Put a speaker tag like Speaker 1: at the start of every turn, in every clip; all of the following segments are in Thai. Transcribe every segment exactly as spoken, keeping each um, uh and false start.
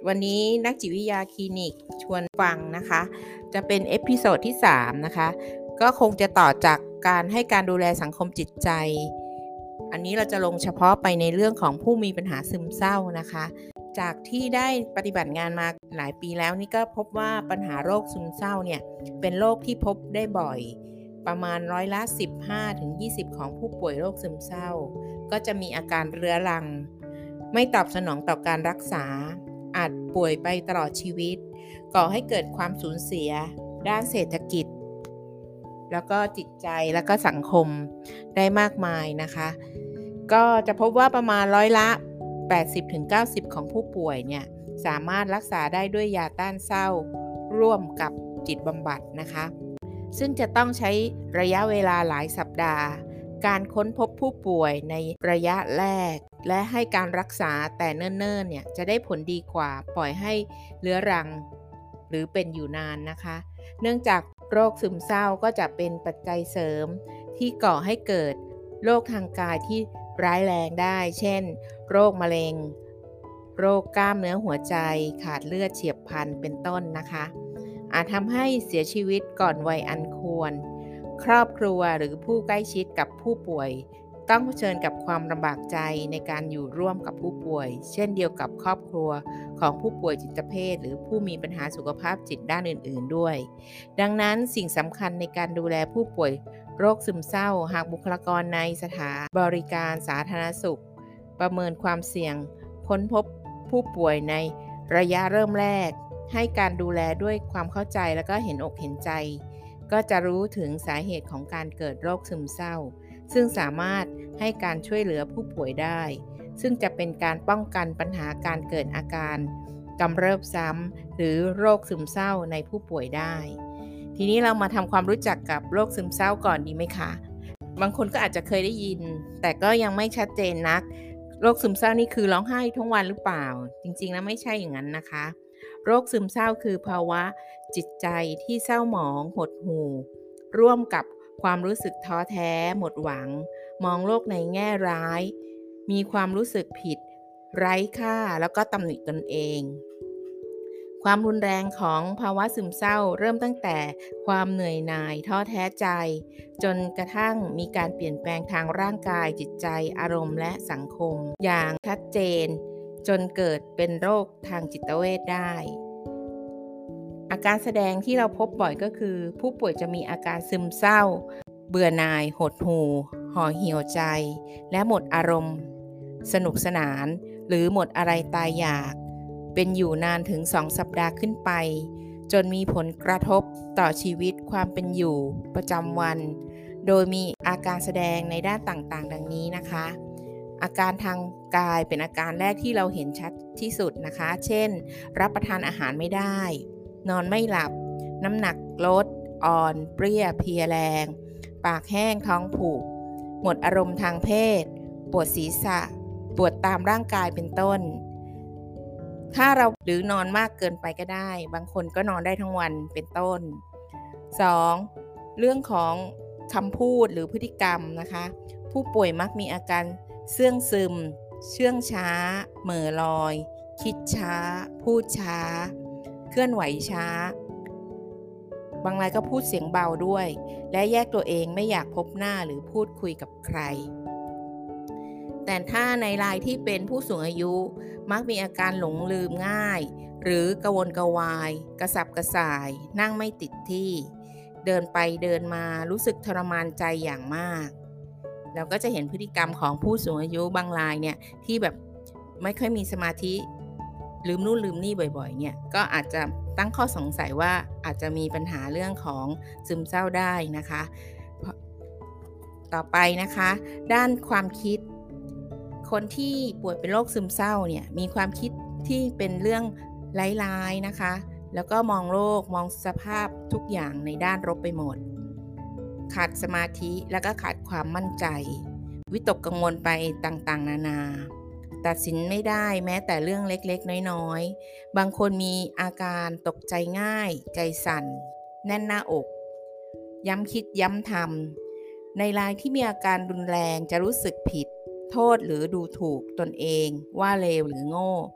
Speaker 1: วันนี้นักจิตวิทยาคลินิกชวนฟังนะคะจะเป็นเอพิโซดที่สามนะคะก็คงจะต่อจากการให้การดูแลสังคมจิตใจอันนี้เราจะลงเฉพาะไปในเรื่องของผู้มีปัญหาซึมเศร้านะคะจากที่ได้ปฏิบัติงานมาหลายปีแล้วนี่ก็พบว่าปัญหาโรคซึมเศร้าเนี่ยเป็นโรคที่พบได้บ่อยประมาณร้อยละ สิบห้าถึงยี่สิบ ของผู้ป่วยโรคซึมเศร้าก็จะมีอาการเรื้อรังไม่ตอบสนองต่อการรักษาอาจป่วยไปตลอดชีวิตก่อให้เกิดความสูญเสียด้านเศรษฐกิจแล้วก็จิตใจแล้วก็สังคมได้มากมายนะคะก็จะพบว่าประมาณร้อยละ แปดสิบถึงเก้าสิบ ของผู้ป่วยเนี่ยสามารถรักษาได้ด้วยยาต้านเศร้าร่วมกับจิตบำบัดนะคะซึ่งจะต้องใช้ระยะเวลาหลายสัปดาห์การค้นพบผู้ป่วยในระยะแรกและให้การรักษาแต่เนิ่นๆเนี่ยจะได้ผลดีกว่าปล่อยให้เรื้อรังหรือเป็นอยู่นานนะคะเนื่องจากโรคซึมเศร้าก็จะเป็นปัจจัยเสริมที่ก่อให้เกิดโรคทางกายที่ร้ายแรงได้เช่นโรคมะเร็งโรคกล้ามเนื้อหัวใจขาดเลือดเฉียบพลันเป็นต้นนะคะอาจทำให้เสียชีวิตก่อนวัยอันควรครอบครัวหรือผู้ใกล้ชิดกับผู้ป่วยต้องเผชิญกับความลำบากใจในการอยู่ร่วมกับผู้ป่วยเช่นเดียวกับครอบครัวของผู้ป่วยจิตเภทหรือผู้มีปัญหาสุขภาพจิตด้านอื่นๆด้วยดังนั้นสิ่งสำคัญในการดูแลผู้ป่วยโรคซึมเศร้าหากบุคลากรในสถานบริการสาธารณสุขประเมินความเสี่ยงค้นพบผู้ป่วยในระยะเริ่มแรกให้การดูแลด้วยความเข้าใจและก็เห็นอกเห็นใจก็จะรู้ถึงสาเหตุของการเกิดโรคซึมเศร้าซึ่งสามารถให้การช่วยเหลือผู้ป่วยได้ซึ่งจะเป็นการป้องกันปัญหาการเกิดอาการกำเริบซ้ำหรือโรคซึมเศร้าในผู้ป่วยได้ทีนี้เรามาทำความรู้จักกับโรคซึมเศร้าก่อนดีไหมคะบางคนก็อาจจะเคยได้ยินแต่ก็ยังไม่ชัดเจนนักโรคซึมเศร้านี่คือร้องไห้ทั้งวันหรือเปล่าจริงๆแล้วไม่ใช่อย่างนั้นนะคะโรคซึมเศร้าคือภาวะจิตใจที่เศร้าหมองหดหู่ร่วมกับความรู้สึกท้อแท้หมดหวังมองโลกในแง่ร้ายมีความรู้สึกผิดไร้ค่าแล้วก็ตำหนิตนเองความรุนแรงของภาวะซึมเศร้าเริ่มตั้งแต่ความเหนื่อยหน่ายท้อแท้ใจจนกระทั่งมีการเปลี่ยนแปลงทางร่างกายจิตใจอารมณ์และสังคมอย่างชัดเจนจนเกิดเป็นโรคทางจิตเวชได้อาการแสดงที่เราพบบ่อยก็คือผู้ป่วยจะมีอาการซึมเศร้าเบื่อหน่ายหดหู่ห่อเหี่ยวใจและหมดอารมณ์สนุกสนานหรือหมดอะไรตายอยากเป็นอยู่นานถึงสองสัปดาห์ขึ้นไปจนมีผลกระทบต่อชีวิตความเป็นอยู่ประจำวันโดยมีอาการแสดงในด้านต่างๆดังนี้นะคะอาการทางกายเป็นอาการแรกที่เราเห็นชัดที่สุดนะคะเช่นรับประทานอาหารไม่ได้นอนไม่หลับน้ำหนักลดอ่อนเปรี้ยเพลียแรงปากแห้งท้องผูกหมดอารมณ์ทางเพศปวดศีรษะปวดตามร่างกายเป็นต้นถ้าเราหรือนอนมากเกินไปก็ได้บางคนก็นอนได้ทั้งวันเป็นต้น สอง. เรื่องของคำพูดหรือพฤติกรรมนะคะผู้ป่วยมักมีอาการเสื่องซึมเชื่องช้าเหม่อลอยคิดช้าพูดช้าเคลื่อนไหวช้าบางรายก็พูดเสียงเบาด้วยและแยกตัวเองไม่อยากพบหน้าหรือพูดคุยกับใครแต่ถ้าในรายที่เป็นผู้สูงอายุมักมีอาการหลงลืมง่ายหรือกระวนกระวายกระสับกระส่ายนั่งไม่ติดที่เดินไปเดินมารู้สึกทรมานใจอย่างมากเราก็จะเห็นพฤติกรรมของผู้สูงอายุบางรายเนี่ยที่แบบไม่ค่อยมีสมาธิลืมนู่นลืมนี่บ่อยๆเนี่ยก็อาจจะตั้งข้อสงสัยว่าอาจจะมีปัญหาเรื่องของซึมเศร้าได้นะคะต่อไปนะคะด้านความคิดคนที่ป่วยเป็นโรคซึมเศร้าเนี่ยมีความคิดที่เป็นเรื่องร้ายๆนะคะแล้วก็มองโลกมองสภาพทุกอย่างในด้านลบไปหมดขาดสมาธิแล้วก็ขาดความมั่นใจวิตกกังวลไปต่างๆนานาตัดสินไม่ได้แม้แต่เรื่องเล็กๆน้อยๆบางคนมีอาการตกใจง่ายใจสั่นแน่นหน้าอกย้ำคิดย้ำทำในรายที่มีอาการรุนแรงจะรู้สึกผิดโทษหรือดูถูกตนเองว่าเลวหรือโง่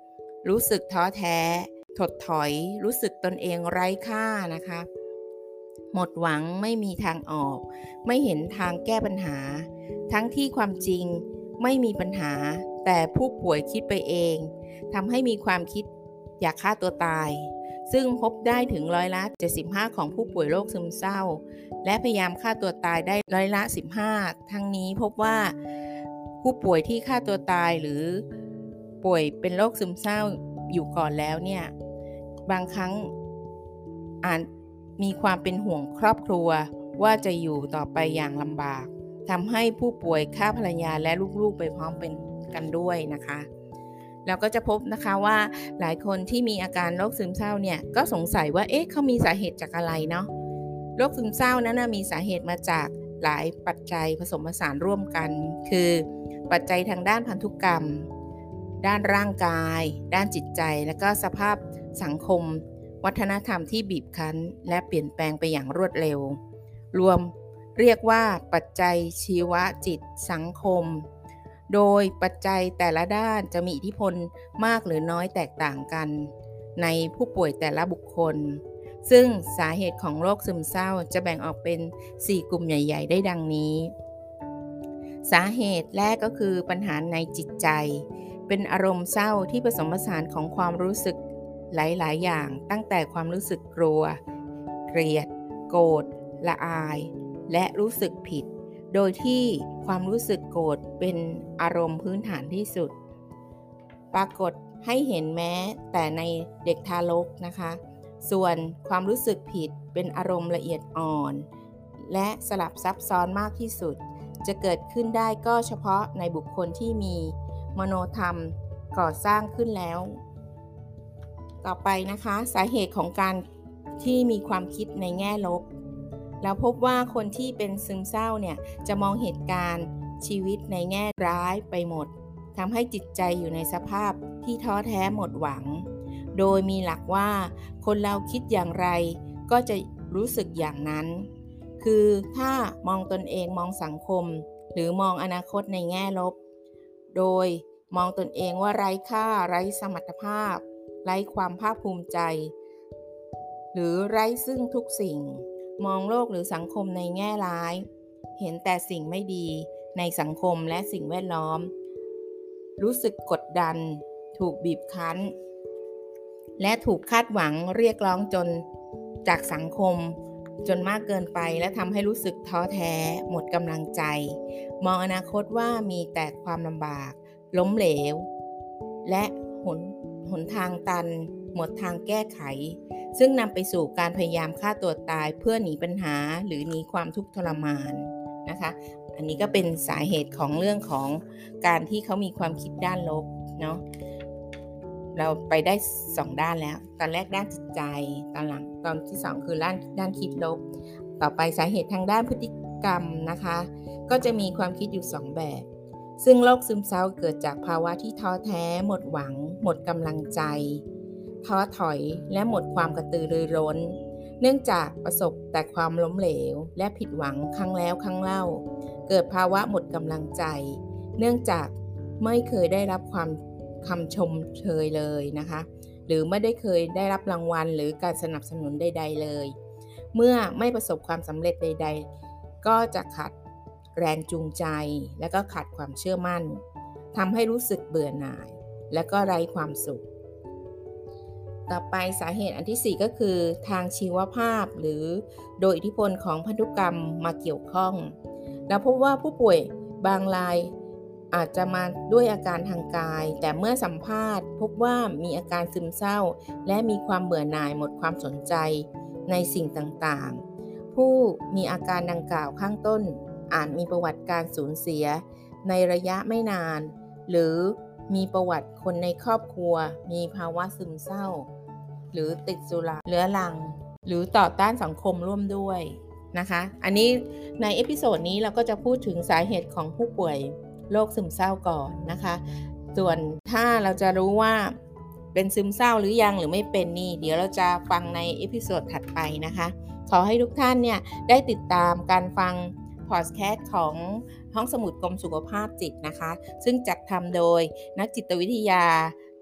Speaker 1: รู้สึกท้อแท้ถดถอยรู้สึกตนเองไร้ค่านะคะหมดหวังไม่มีทางออกไม่เห็นทางแก้ปัญหาทั้งที่ความจริงไม่มีปัญหาแต่ผู้ป่วยคิดไปเองทำให้มีความคิดอยากฆ่าตัวตายซึ่งพบได้ถึงร้อยละเจ็ดสิบห้าของผู้ป่วยโรคซึมเศร้าและพยายามฆ่าตัวตายได้ร้อยละสิบห้าทั้งนี้พบว่าผู้ป่วยที่ฆ่าตัวตายหรือป่วยเป็นโรคซึมเศร้าอยู่ก่อนแล้วเนี่ยบางครั้งอาจมีความเป็นห่วงครอบครัวว่าจะอยู่ต่อไปอย่างลำบากทำให้ผู้ป่วยฆ่าภรรยาและลูกๆไปพร้อมเป็นกันด้วยนะคะเราก็จะพบนะคะว่าหลายคนที่มีอาการโรคซึมเศร้าเนี่ยก็สงสัยว่าเอ๊ะเขามีสาเหตุจากอะไรเนาะโรคซึมเศร้านั้นมีสาเหตุมาจากหลายปัจจัยผสมผสานร่วมกันคือปัจจัยทางด้านพันธุกรรมด้านร่างกายด้านจิตใจและก็สภาพสังคมวัฒนธรรมที่บีบคั้นและเปลี่ยนแปลงไปอย่างรวดเร็วรวมเรียกว่าปัจจัยชีวจิตสังคมโดยปัจจัยแต่ละด้านจะมีอิทธิพลมากหรือน้อยแตกต่างกันในผู้ป่วยแต่ละบุคคลซึ่งสาเหตุของโรคซึมเศร้าจะแบ่งออกเป็นสี่กลุ่มใหญ่ๆได้ดังนี้สาเหตุแรกก็คือปัญหาในจิตใจเป็นอารมณ์เศร้าที่ผสมผสานของความรู้สึกหลายๆอย่างตั้งแต่ความรู้สึกกลัวเกลียดโกรธละอายและรู้สึกผิดโดยที่ความรู้สึกโกรธเป็นอารมณ์พื้นฐานที่สุดปรากฏให้เห็นแม้แต่ในเด็กทารกนะคะส่วนความรู้สึกผิดเป็นอารมณ์ละเอียดอ่อนและสลับซับซ้อนมากที่สุดจะเกิดขึ้นได้ก็เฉพาะในบุคคลที่มีมโนธรรมก่อสร้างขึ้นแล้วต่อไปนะคะสาเหตุของการที่มีความคิดในแง่ลบเราพบว่าคนที่เป็นซึมเศร้าเนี่ยจะมองเหตุการณ์ชีวิตในแง่ร้ายไปหมดทำให้จิตใจอยู่ในสภาพที่ท้อแท้หมดหวังโดยมีหลักว่าคนเราคิดอย่างไรก็จะรู้สึกอย่างนั้นคือถ้ามองตนเองมองสังคมหรือมองอนาคตในแง่ลบโดยมองตนเองว่าไร้ค่าไร้สมรรถภาพไร้ความภาคภูมิใจหรือไร้ซึ่งทุกสิ่งมองโลกหรือสังคมในแง่ร้ายเห็นแต่สิ่งไม่ดีในสังคมและสิ่งแวดล้อมรู้สึกกดดันถูกบีบคั้นและถูกคาดหวังเรียกร้องจนจากสังคมจนมากเกินไปและทำให้รู้สึกท้อแท้หมดกำลังใจมองอนาคตว่ามีแต่ความลำบากล้มเหลวและหนหนทางตันหมดทางแก้ไขซึ่งนำไปสู่การพยายามฆ่าตัวตายเพื่อหนีปัญหาหรือหนีความทุกข์ทรมานนะคะอันนี้ก็เป็นสาเหตุของเรื่องของการที่เขามีความคิดด้านลบเนาะเราไปได้สองด้านแล้วตอนแรกด้านจิตใจตอนหลังตอนที่สองคือด้านด้านคิดลบต่อไปสาเหตุทางด้านพฤติกรรมนะคะก็จะมีความคิดอยู่สองแบบซึ่งโรคซึมเศร้าเกิดจากภาวะที่ท้อแท้หมดหวังหมดกำลังใจท้อถอยและหมดความกระตือรือร้นเนื่องจากประสบแต่ความล้มเหลวและผิดหวังครั้งแล้วครั้งเล่าเกิดภาวะหมดกำลังใจเนื่องจากไม่เคยได้รับความคำชมเชยเลยนะคะหรือไม่ได้เคยได้รับรางวัลหรือการสนับสนุนใดๆเลยเมื่อไม่ประสบความสำเร็จใดๆก็จะขาดแรงจูงใจและก็ขาดความเชื่อมั่นทำให้รู้สึกเบื่อหน่ายและก็ไร้ความสุขต่อไปสาเหตุอันที่สี่ก็คือทางชีวภาพหรือโดยอิทธิพลของพันธุกรรมมาเกี่ยวข้องเราพบว่าผู้ป่วยบางรายอาจจะมาด้วยอาการทางกายแต่เมื่อสัมภาษณ์พบว่ามีอาการซึมเศร้าและมีความเบื่อหน่ายหมดความสนใจในสิ่งต่างๆผู้มีอาการดังกล่าวข้างต้นอาจมีประวัติการสูญเสียในระยะไม่นานหรือมีประวัติคนในครอบครัวมีภาวะซึมเศร้าหรือติดสุราเรื้อรังหรือต่อต้านสังคมร่วมด้วยนะคะอันนี้ในเอพิโซดนี้เราก็จะพูดถึงสาเหตุของผู้ป่วยโรคซึมเศร้าก่อนนะคะส่วนถ้าเราจะรู้ว่าเป็นซึมเศร้าหรือยังหรือไม่เป็นนี่เดี๋ยวเราจะฟังในเอพิโซดถัดไปนะคะขอให้ทุกท่านเนี่ยได้ติดตามการฟังพอดแคสต์ของห้องสมุดกรมสุขภาพจิตนะคะซึ่งจัดทำโดยนักจิตวิทยา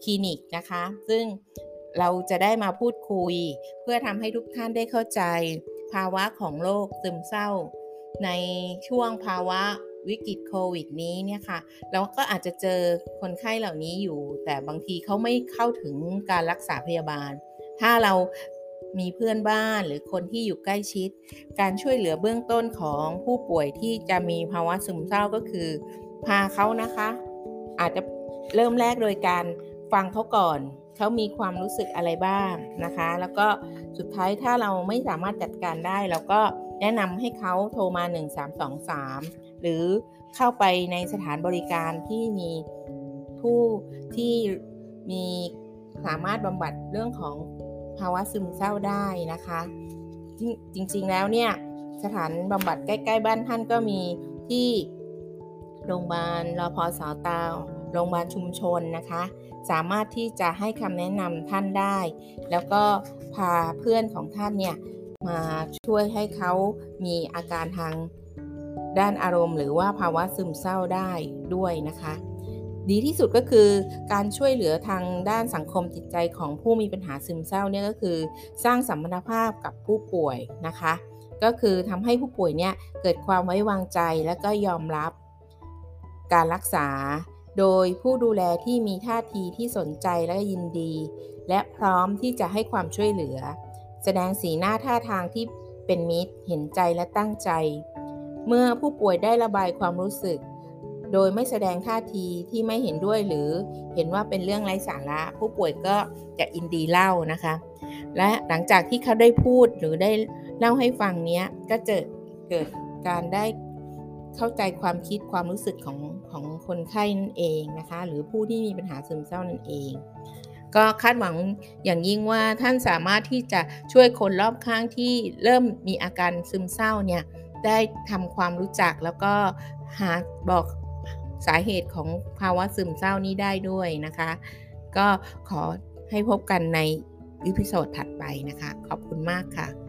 Speaker 1: คลินิกนะคะซึ่งเราจะได้มาพูดคุยเพื่อทำให้ทุกท่านได้เข้าใจภาวะของโรคซึมเศร้าในช่วงภาวะวิกฤตโควิดนี้เนี่ยค่ะเราก็อาจจะเจอคนไข้เหล่านี้อยู่แต่บางทีเขาไม่เข้าถึงการรักษาพยาบาลถ้าเรามีเพื่อนบ้านหรือคนที่อยู่ใกล้ชิดการช่วยเหลือเบื้องต้นของผู้ป่วยที่จะมีภาวะซึมเศร้าก็คือพาเขานะคะอาจจะเริ่มแรกโดยการฟังเขาก่อนเขามีความรู้สึกอะไรบ้างนะคะแล้วก็สุดท้ายถ้าเราไม่สามารถจัดการได้เราก็แนะนำให้เขาโทรมาหนึ่งสามสองสามหรือเข้าไปในสถานบริการที่มีผู้ที่มีสามารถบำบัดเรื่องของภาวะซึมเศร้าได้นะคะจริงๆแล้วเนี่ยสถานบำบัดใกล้ๆบ้านท่านก็มีที่โรงพยาบาลรพสตโรงพยาบาลชุมชนนะคะสามารถที่จะให้คำแนะนำท่านได้แล้วก็พาเพื่อนของท่านเนี่ยมาช่วยให้เขามีอาการทางด้านอารมณ์หรือว่าภาวะซึมเศร้าได้ด้วยนะคะดีที่สุดก็คือการช่วยเหลือทางด้านสังคมจิตใจของผู้มีปัญหาซึมเศร้าเนี่ยก็คือสร้างสัมพันธภาพกับผู้ป่วยนะคะก็คือทำให้ผู้ป่วยเนี่ยเกิดความไว้วางใจและก็ยอมรับการรักษาโดยผู้ดูแลที่มีท่าทีที่สนใจและยินดีและพร้อมที่จะให้ความช่วยเหลือแสดงสีหน้าท่าทางที่เป็นมิตรเห็นใจและตั้งใจเมื่อผู้ป่วยได้ระบายความรู้สึกโดยไม่แสดงท่าทีที่ไม่เห็นด้วยหรือเห็นว่าเป็นเรื่องไร้สาระผู้ป่วยก็จะยินดีเล่านะคะและหลังจากที่เขาได้พูดหรือได้เล่าให้ฟังเนี้ยก็จะเกิดการได้เข้าใจความคิดความรู้สึกของของคนไข้นั่นเองนะคะหรือผู้ที่มีปัญหาซึมเศร้านั่นเองก็คาดหวังอย่างยิ่งว่าท่านสามารถที่จะช่วยคนรอบข้างที่เริ่มมีอาการซึมเศร้าเนี่ยได้ทำความรู้จักแล้วก็หาบอกสาเหตุของภาวะซึมเศร้านี้ได้ด้วยนะคะก็ขอให้พบกันในอีพิโซดถัดไปนะคะขอบคุณมากค่ะ